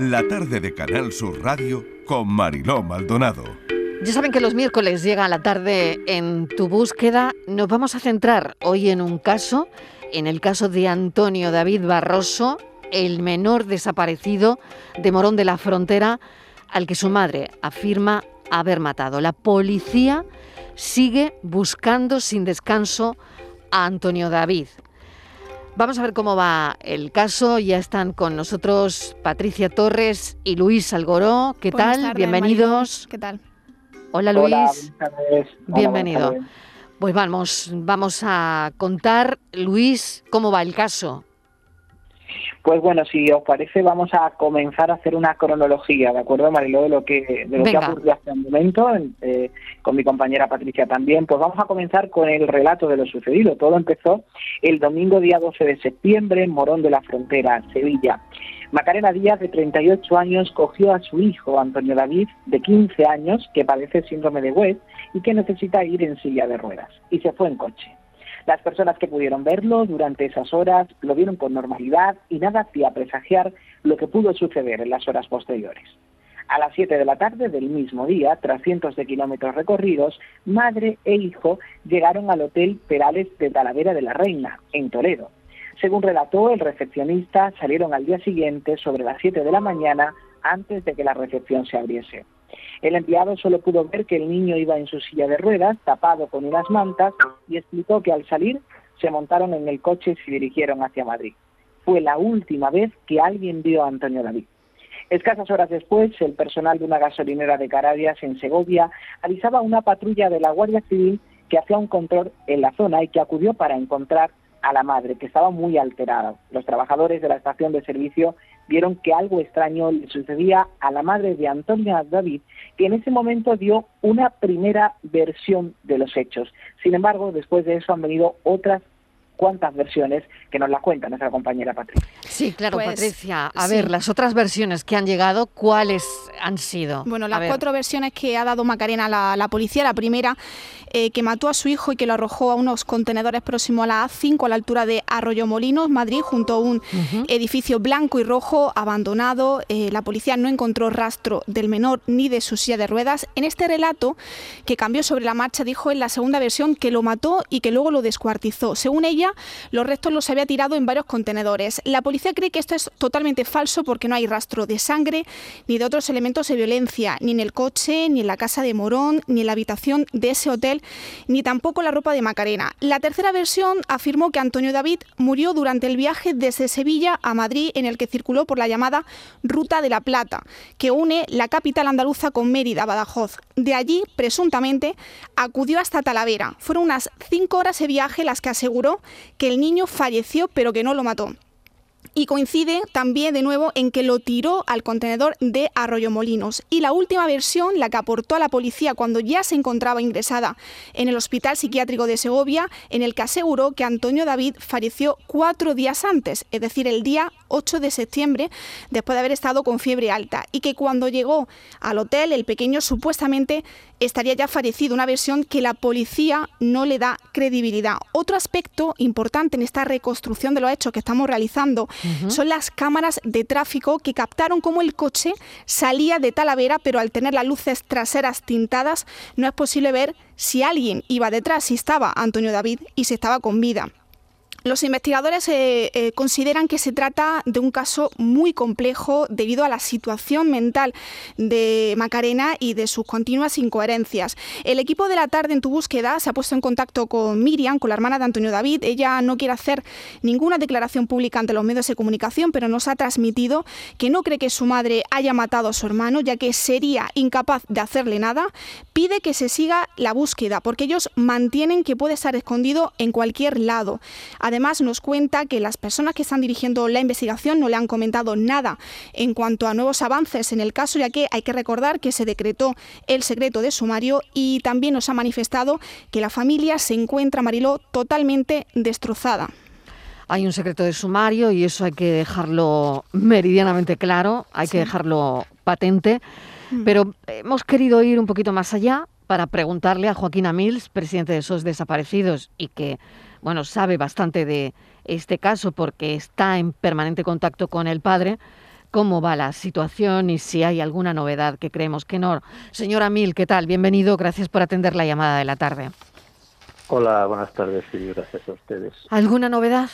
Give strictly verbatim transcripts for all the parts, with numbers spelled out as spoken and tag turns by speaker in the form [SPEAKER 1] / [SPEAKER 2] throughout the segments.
[SPEAKER 1] la tarde de Canal Sur Radio con Mariló Maldonado.
[SPEAKER 2] Ya saben que los miércoles llega la tarde en Tu Búsqueda. Nos vamos a centrar hoy en un caso, en el caso de Antonio David Barroso, el menor desaparecido de Morón de la Frontera, al que su madre afirma haber matado. La policía sigue buscando sin descanso a Antonio David. Vamos a ver cómo va el caso. Ya están con nosotros Patricia Torres y Luis Algoró. ¿Qué
[SPEAKER 3] Buenas
[SPEAKER 2] tal?
[SPEAKER 3] tardes,
[SPEAKER 2] Bienvenidos.
[SPEAKER 3] Mariló. ¿Qué tal?
[SPEAKER 2] Hola, Luis.
[SPEAKER 4] Hola, buenas tardes. Hola,
[SPEAKER 2] Bienvenido.
[SPEAKER 4] buenas tardes.
[SPEAKER 2] Pues vamos, vamos a contar, Luis, cómo va el caso.
[SPEAKER 4] Pues bueno, si os parece, vamos a comenzar a hacer una cronología, ¿de acuerdo, Mariló? De lo que, de lo que ha ocurrido hasta el momento, eh, con mi compañera Patricia también. Pues vamos a comenzar con el relato de lo sucedido. Todo empezó el domingo día doce de septiembre en Morón de la Frontera, Sevilla. Macarena Díaz, de treinta y ocho años, cogió a su hijo, Antonio David, de quince años, que padece síndrome de West y que necesita ir en silla de ruedas, y se fue en coche. Las personas que pudieron verlo durante esas horas lo vieron con normalidad y nada hacía presagiar lo que pudo suceder en las horas posteriores. A las siete de la tarde del mismo día, tras cientos de kilómetros recorridos, madre e hijo llegaron al Hotel Perales de Talavera de la Reina, en Toledo. Según relató el recepcionista, salieron al día siguiente sobre las siete de la mañana antes de que la recepción se abriese. El empleado solo pudo ver que el niño iba en su silla de ruedas, tapado con unas mantas, y explicó que al salir se montaron en el coche y se dirigieron hacia Madrid. Fue la última vez que alguien vio a Antonio David. Escasas horas después, el personal de una gasolinera de Carabias, en Segovia, avisaba a una patrulla de la Guardia Civil que hacía un control en la zona y que acudió para encontrar a la madre, que estaba muy alterada. Los trabajadores de la estación de servicio vieron que algo extraño le sucedía a la madre de Antonio David, que en ese momento dio una primera versión de los hechos. Sin embargo, después de eso han venido otras cuantas versiones que nos las cuenta nuestra compañera Patricia.
[SPEAKER 2] Sí, claro,
[SPEAKER 3] Pues,
[SPEAKER 2] Patricia. A
[SPEAKER 3] sí.
[SPEAKER 2] ver, las otras versiones que han llegado, ¿cuáles han sido?
[SPEAKER 3] Bueno,
[SPEAKER 2] A
[SPEAKER 3] las
[SPEAKER 2] ver.
[SPEAKER 3] cuatro versiones que ha dado Macarena a la, la policía. La primera, eh, que mató a su hijo y que lo arrojó a unos contenedores próximos a la A cinco, a la altura de Arroyomolinos, Madrid, junto a un
[SPEAKER 2] Uh-huh.
[SPEAKER 3] edificio blanco y rojo abandonado. Eh, la policía no encontró rastro del menor ni de su silla de ruedas. En este relato, que cambió sobre la marcha, dijo en la segunda versión que lo mató y que luego lo descuartizó. Según ella, los restos los había tirado en varios contenedores. La policía cree que esto es totalmente falso porque no hay rastro de sangre ni de otros elementos de violencia, ni en el coche, ni en la casa de Morón, ni en la habitación de ese hotel, ni tampoco la ropa de Macarena. La tercera versión afirmó que Antonio David murió durante el viaje desde Sevilla a Madrid, en el que circuló por la llamada Ruta de la Plata, que une la capital andaluza con Mérida, Badajoz. De allí, presuntamente, acudió hasta Talavera. Fueron unas cinco horas de viaje las que aseguró que el niño falleció, pero que no lo mató. Y coincide también de nuevo en que lo tiró al contenedor de Arroyomolinos. Y la última versión, la que aportó a la policía cuando ya se encontraba ingresada en el Hospital Psiquiátrico de Segovia, en el que aseguró que Antonio David falleció cuatro días antes, es decir, el día ocho de septiembre, después de haber estado con fiebre alta, y que cuando llegó al hotel el pequeño supuestamente estaría ya fallecido, una versión que la policía no le da credibilidad. Otro aspecto importante en esta reconstrucción de los hechos que estamos realizando uh-huh. son las cámaras de tráfico que captaron cómo el coche salía de Talavera, pero al tener las luces traseras tintadas no es posible ver si alguien iba detrás, si estaba Antonio David y si estaba con vida. Los investigadores eh, eh, consideran que se trata de un caso muy complejo debido a la situación mental de Macarena y de sus continuas incoherencias. El equipo de La Tarde en Tu Búsqueda se ha puesto en contacto con Miriam, con la hermana de Antonio David. Ella no quiere hacer ninguna declaración pública ante los medios de comunicación, pero nos ha transmitido que no cree que su madre haya matado a su hermano, ya que sería incapaz de hacerle nada. Pide que se siga la búsqueda, porque ellos mantienen que puede estar escondido en cualquier lado. Además, nos cuenta que las personas que están dirigiendo la investigación no le han comentado nada en cuanto a nuevos avances en el caso, ya que hay que recordar que se decretó el secreto de sumario, y también nos ha manifestado que la familia se encuentra, Mariló, totalmente destrozada.
[SPEAKER 2] Hay un secreto de sumario y eso hay que dejarlo meridianamente claro, hay sí. que dejarlo patente, mm. pero hemos querido ir un poquito más allá para preguntarle a Joaquín Amils, presidente de S O S Desaparecidos, y que bueno, sabe bastante de este caso porque está en permanente contacto con el padre, cómo va la situación y si hay alguna novedad, que creemos que no. Señora Mil, ¿qué tal? Bienvenido, gracias por atender la llamada de la tarde.
[SPEAKER 5] Hola, buenas tardes y gracias a ustedes.
[SPEAKER 2] ¿Alguna novedad?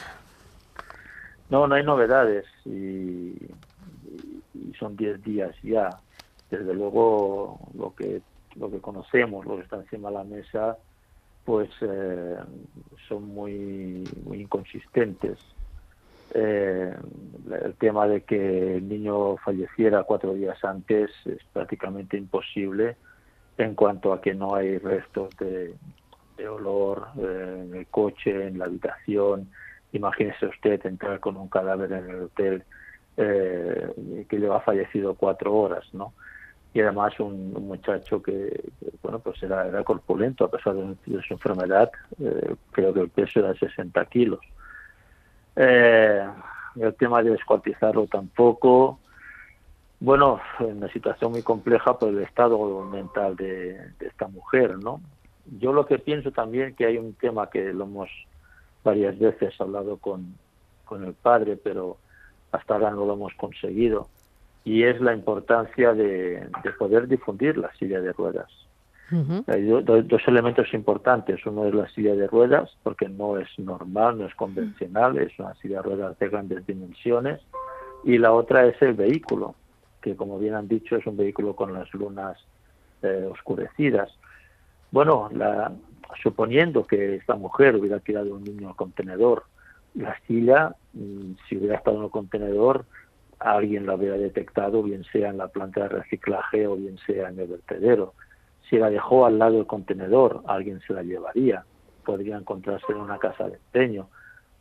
[SPEAKER 5] No, no hay novedades y, y son diez días ya. Desde luego lo que lo que conocemos, lo que está encima de la mesa, pues eh, son muy, muy inconsistentes. Eh, el tema de que el niño falleciera cuatro días antes es prácticamente imposible en cuanto a que no hay restos de, de olor eh, en el coche, en la habitación. Imagínese usted entrar con un cadáver en el hotel eh, que lleva fallecido cuatro horas, ¿no? Y además un, un muchacho que, que, bueno, pues era, era corpulento a pesar de, de su enfermedad. Eh, creo que el peso era de sesenta kilos. Eh, el tema de descuartizarlo tampoco. Bueno, en una situación muy compleja por el estado mental de, de esta mujer, ¿no? Yo lo que pienso también que hay un tema que lo hemos varias veces hablado con, con el padre, pero hasta ahora no lo hemos conseguido, y es la importancia de, de poder difundir la silla de ruedas. Uh-huh. Hay do, do, dos elementos importantes. Uno es la silla de ruedas, porque no es normal, no es convencional, es una silla de ruedas de grandes dimensiones, y la otra es el vehículo, que como bien han dicho es un vehículo con las lunas eh, oscurecidas. Bueno, la, suponiendo que esta mujer hubiera tirado un niño al contenedor, la silla, si hubiera estado en el contenedor, alguien la hubiera detectado, bien sea en la planta de reciclaje o bien sea en el vertedero. Si la dejó al lado del contenedor, alguien se la llevaría. Podría encontrarse en una casa de empeño,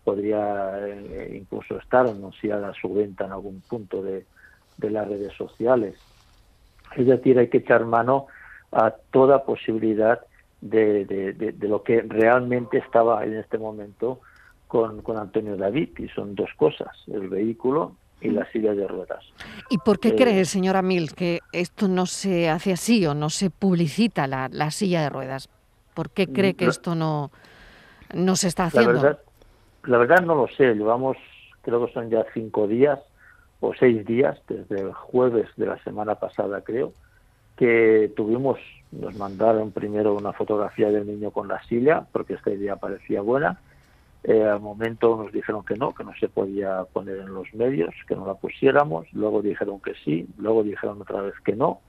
[SPEAKER 5] podría eh, incluso estar anunciada su venta en algún punto de, de las redes sociales. Es decir, hay que echar mano a toda posibilidad de, de, de, de lo que realmente estaba en este momento con, con Antonio David, y son dos cosas, el vehículo y la silla de ruedas.
[SPEAKER 2] ¿Y por qué
[SPEAKER 5] eh,
[SPEAKER 2] cree, señora Mil, que esto no se hace así o no se publicita la, la silla de ruedas? ¿Por qué cree que
[SPEAKER 5] la,
[SPEAKER 2] esto no, no se está haciendo?
[SPEAKER 5] La verdad, la verdad no lo sé, llevamos, creo que son ya cinco días o seis días, desde el jueves de la semana pasada creo, que tuvimos, nos mandaron primero una fotografía del niño con la silla, porque esta idea parecía buena. Eh, al momento nos dijeron que no, que no se podía poner en los medios, que no la pusiéramos, luego dijeron que sí, luego dijeron otra vez que no,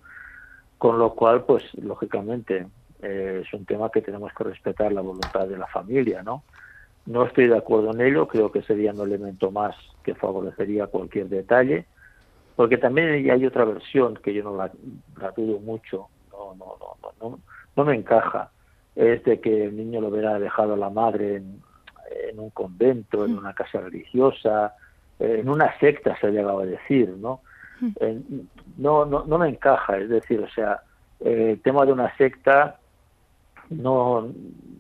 [SPEAKER 5] con lo cual, pues, lógicamente, eh, es un tema que tenemos que respetar la voluntad de la familia, ¿no? No estoy de acuerdo en ello, creo que sería un elemento más que favorecería cualquier detalle, porque también hay otra versión que yo no la, la dudo mucho, no, no, no, no, no, no me encaja, es de que el niño lo hubiera dejado a la madre en, en un convento, en una casa religiosa, en una secta se ha llegado a decir, ¿no? Eh, no, no, no me encaja, es decir, o sea, eh, el tema de una secta no,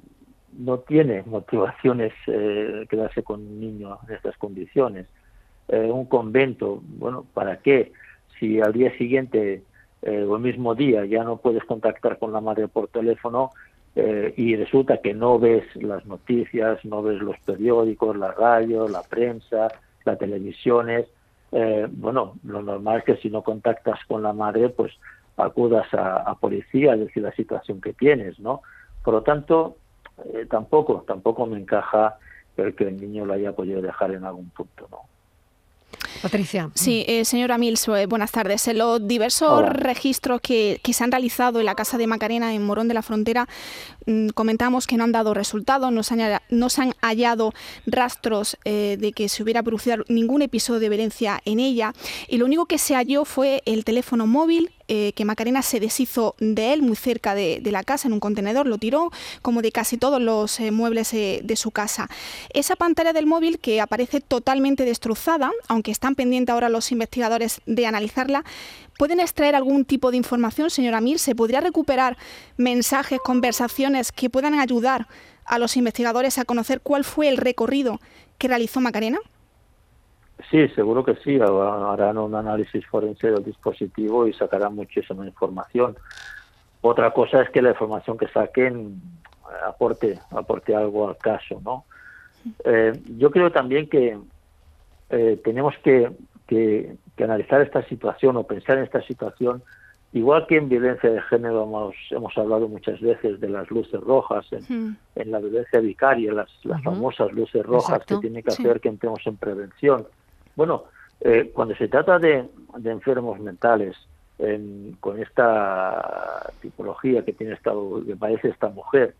[SPEAKER 5] no tiene motivaciones eh, quedarse con un niño en estas condiciones. Eh, un convento, bueno, ¿para qué? Si al día siguiente eh, o el mismo día ya no puedes contactar con la madre por teléfono eh, y resulta que no ves las noticias, no ves los periódicos, la radio, la prensa, las televisiones, eh, bueno, lo normal es que si no contactas con la madre, pues acudas a, a policía a decir la situación que tienes, ¿no? Por lo tanto, eh, tampoco, tampoco me encaja el que el niño lo haya podido dejar en algún punto, ¿no?
[SPEAKER 2] Patricia.
[SPEAKER 3] Sí, eh, señora Mills, eh, buenas tardes. En los diversos
[SPEAKER 5] Hola.
[SPEAKER 3] registros que, que se han realizado en la casa de Macarena en Morón de la Frontera, mmm, comentamos que no han dado resultados, no se han, no se han hallado rastros eh, de que se hubiera producido ningún episodio de violencia en ella, y lo único que se halló fue el teléfono móvil, eh, que Macarena se deshizo de él muy cerca de, de la casa, en un contenedor, lo tiró, como de casi todos los eh, muebles eh, de su casa. Esa pantalla del móvil, que aparece totalmente destrozada, aunque están pendientes ahora los investigadores de analizarla, ¿pueden extraer algún tipo de información, señora Mir? ¿Se podría recuperar mensajes, conversaciones que puedan ayudar a los investigadores a conocer cuál fue el recorrido que realizó Macarena?
[SPEAKER 5] Sí, seguro que sí. Harán un análisis forense del dispositivo y sacarán muchísima información. Otra cosa es que la información que saquen aporte, aporte algo al caso, ¿no? Eh, yo creo también que eh, tenemos que, que, que analizar esta situación o pensar en esta situación, igual que en violencia de género hemos, hemos hablado muchas veces de las luces rojas, en, mm. en la violencia vicaria, las, las uh-huh. famosas luces rojas Exacto. que tienen que hacer sí. que entremos en prevención. Bueno, eh, cuando se trata de, de enfermos mentales, en, con esta tipología que tiene esta, que padece esta mujer,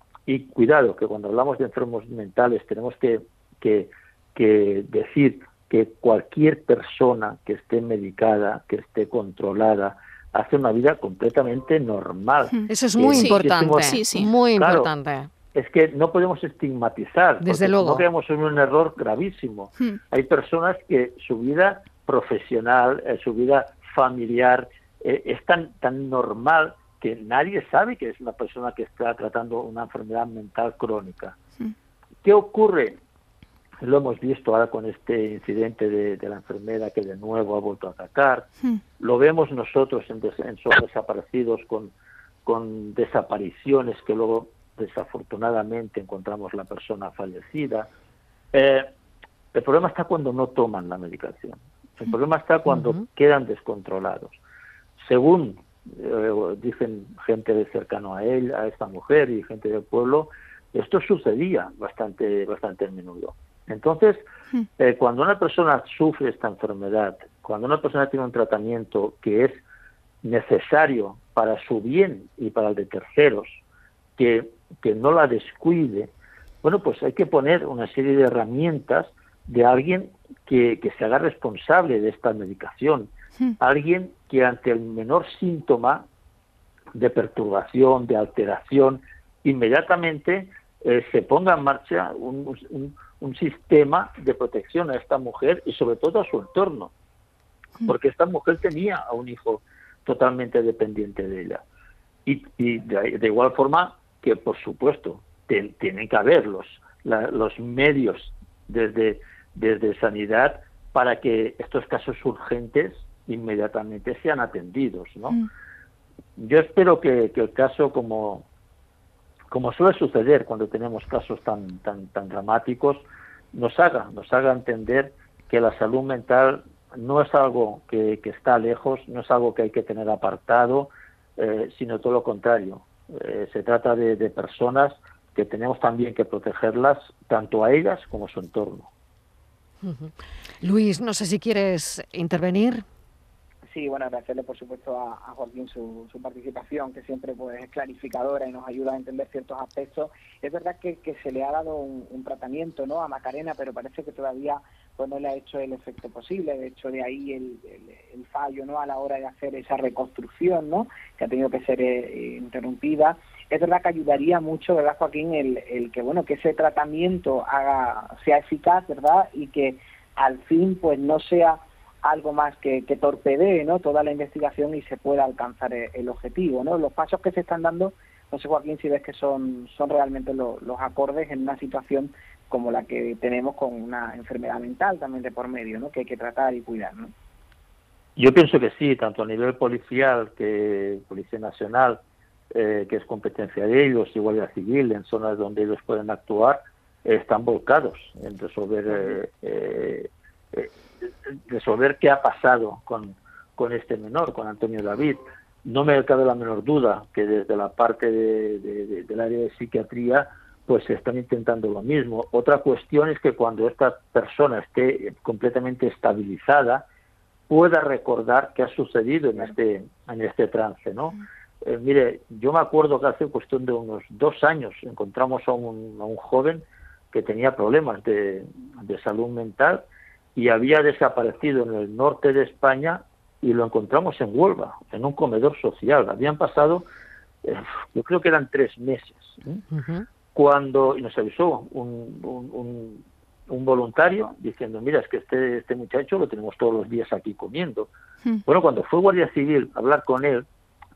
[SPEAKER 5] y cuidado, que cuando hablamos de enfermos mentales tenemos que, que, que decir que cualquier persona que esté medicada, que esté controlada, hace una vida completamente normal.
[SPEAKER 2] Eso es muy
[SPEAKER 5] eh,
[SPEAKER 2] importante,
[SPEAKER 3] sí, sí.
[SPEAKER 2] muy
[SPEAKER 5] claro,
[SPEAKER 2] importante.
[SPEAKER 5] Es que no podemos estigmatizar,
[SPEAKER 2] Desde
[SPEAKER 5] porque
[SPEAKER 2] luego.
[SPEAKER 5] no caemos en un error gravísimo. Hmm. Hay personas que su vida profesional, eh, su vida familiar, eh, es tan, tan normal que nadie sabe que es una persona que está tratando una enfermedad mental crónica. Hmm. ¿Qué ocurre? Lo hemos visto ahora con este incidente de, de la enfermera que de nuevo ha vuelto a atacar. Hmm. Lo vemos nosotros en, des, en Son Desaparecidos con, con desapariciones que luego desafortunadamente encontramos la persona fallecida. Eh, el problema está cuando no toman la medicación. El problema está cuando uh-huh. quedan descontrolados. Según eh, dicen gente de cercano a él, a esta mujer y gente del pueblo, esto sucedía bastante, bastante a menudo. Entonces, eh, cuando una persona sufre esta enfermedad, cuando una persona tiene un tratamiento que es necesario para su bien y para el de terceros, que, que no la descuide, bueno, pues hay que poner una serie de herramientas de alguien que, que se haga responsable de esta medicación, sí. alguien que ante el menor síntoma de perturbación, de alteración, inmediatamente eh, se ponga en marcha un, un, un sistema de protección a esta mujer y sobre todo a su entorno, porque esta mujer tenía a un hijo totalmente dependiente de ella. Y, y de, de igual forma que, por supuesto, te, tienen que haber los, la, los medios desde, desde sanidad para que estos casos urgentes inmediatamente sean atendidos, ¿no? Mm. Yo espero que, que el caso, como, como suele suceder cuando tenemos casos tan, tan, tan dramáticos, nos haga, nos haga entender que la salud mental no es algo que, que está lejos, no es algo que hay que tener apartado, eh, sino todo lo contrario. Eh, se trata de, de personas que tenemos también que protegerlas, tanto a ellas como a su entorno.
[SPEAKER 2] Uh-huh. Luis, no sé si quieres intervenir.
[SPEAKER 4] Sí, bueno, agradecerle por supuesto a, a Joaquín su, su participación, que siempre pues es clarificadora y nos ayuda a entender ciertos aspectos. Es verdad que, que se le ha dado un, un tratamiento, ¿no?, a Macarena, pero parece que todavía pues no le ha hecho el efecto posible. De hecho, de ahí el, el, el fallo, ¿no?, a la hora de hacer esa reconstrucción, ¿no?, que ha tenido que ser eh, interrumpida. Es verdad que ayudaría mucho, ¿verdad, Joaquín?, el, el que bueno que ese tratamiento haga sea eficaz, ¿verdad?, y que al fin pues no sea algo más que, que torpedee, ¿no?, toda la investigación y se pueda alcanzar el, el objetivo, ¿no? Los pasos que se están dando, no sé, Joaquín, si ves que son son realmente lo, los acordes en una situación como la que tenemos con una enfermedad mental también de por medio, ¿no?, que hay que tratar y cuidar, ¿no?
[SPEAKER 5] Yo pienso que sí, tanto a nivel policial, que Policía Nacional, eh, que es competencia de ellos, y Guardia Civil, en zonas donde ellos pueden actuar, eh, están volcados en resolver eh, eh, eh, resolver qué ha pasado con, con este menor, con Antonio David. No me cabe la menor duda que desde la parte de, de, de, del área de psiquiatría pues se están intentando lo mismo. Otra cuestión es que cuando esta persona esté completamente estabilizada pueda recordar qué ha sucedido en este en este trance, ¿no? Eh, mire, yo me acuerdo que hace cuestión de unos dos años encontramos a un, a un joven que tenía problemas de, de salud mental y había desaparecido en el norte de España y lo encontramos en Huelva, en un comedor social. Habían pasado, eh, yo creo que eran tres meses, ¿eh? Uh-huh. Cuando, y nos avisó un, un, un, un voluntario diciendo, mira, es que este, este muchacho lo tenemos todos los días aquí comiendo. Uh-huh. Bueno, cuando fue Guardia Civil a hablar con él,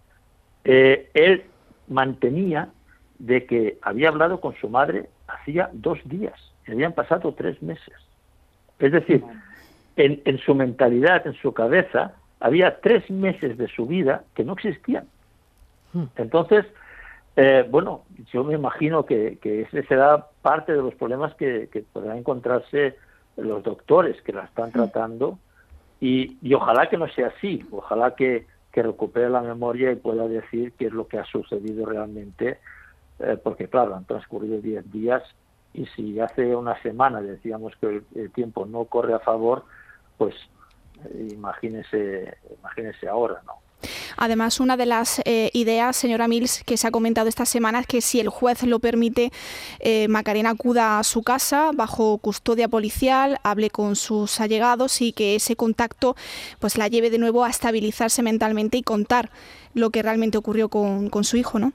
[SPEAKER 5] eh, él mantenía de que había hablado con su madre hacía dos días, y habían pasado tres meses. Es decir, en, en su mentalidad, en su cabeza, había tres meses de su vida que no existían. Entonces, eh, bueno, yo me imagino que, que ese será parte de los problemas que, que podrán encontrarse los doctores que la están tratando y, y ojalá que no sea así, ojalá que, que recupere la memoria y pueda decir qué es lo que ha sucedido realmente, eh, porque claro, han transcurrido diez días y si hace una semana decíamos que el, el tiempo no corre a favor, pues eh, imagínese, imagínese ahora, ¿no?
[SPEAKER 3] Además, una de las eh, ideas, señora Mills, que se ha comentado esta semana es que si el juez lo permite, eh, Macarena acuda a su casa bajo custodia policial, hable con sus allegados y que ese contacto pues la lleve de nuevo a estabilizarse mentalmente y contar lo que realmente ocurrió con, con su hijo, ¿no?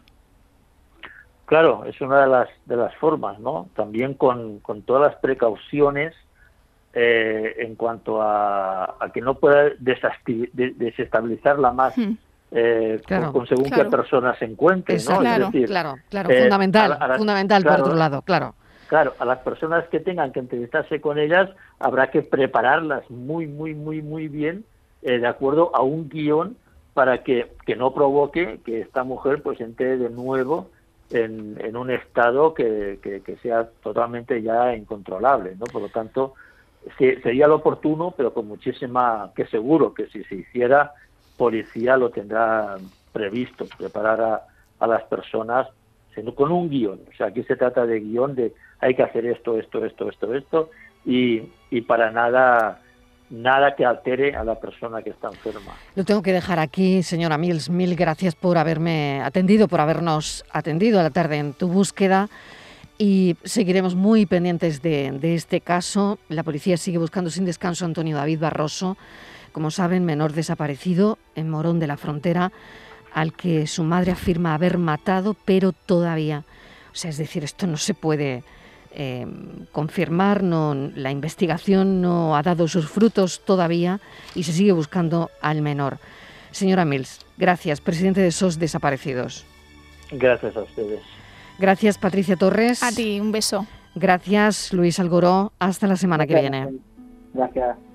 [SPEAKER 5] Claro, es una de las de las formas, ¿no? También con, con todas las precauciones eh, en cuanto a, a que no pueda desasti- de, desestabilizarla más. Hmm. Eh, claro, con, con según claro. qué persona se encuentre, ¿no?
[SPEAKER 2] Claro,
[SPEAKER 5] es decir,
[SPEAKER 2] claro, claro, eh, fundamental, a, a las, fundamental claro, por otro lado, claro.
[SPEAKER 5] Claro, a las personas que tengan que entrevistarse con ellas habrá que prepararlas muy, muy, muy, muy bien, eh, de acuerdo a un guión para que, que no provoque que esta mujer pues entre de nuevo en, en un estado que, que, que sea totalmente ya incontrolable, ¿no? Por lo tanto, sí, sería lo oportuno, pero con muchísima, que seguro que si se hiciera, policía lo tendrá previsto, preparar a, a las personas con un guión. O sea, aquí se trata de guión de hay que hacer esto, esto, esto, esto, esto, y, y para nada, nada que altere a la persona que está enferma.
[SPEAKER 2] Lo tengo que dejar aquí, señora Mills. Mil gracias por haberme atendido, por habernos atendido a la tarde en Tu Búsqueda. Y seguiremos muy pendientes de, de este caso. La policía sigue buscando sin descanso a Antonio David Barroso, como saben, menor desaparecido en Morón de la Frontera, al que su madre afirma haber matado, pero todavía, o sea, es decir, esto no se puede eh, confirmar, no, la investigación no ha dado sus frutos todavía y se sigue buscando al menor. Señora Mills, gracias, presidente de S O S Desaparecidos.
[SPEAKER 5] Gracias a ustedes.
[SPEAKER 2] Gracias, Patricia Torres.
[SPEAKER 3] A ti, un beso.
[SPEAKER 2] Gracias, Luis Algoró. Hasta la semana
[SPEAKER 4] Gracias.
[SPEAKER 2] que viene.
[SPEAKER 4] Gracias.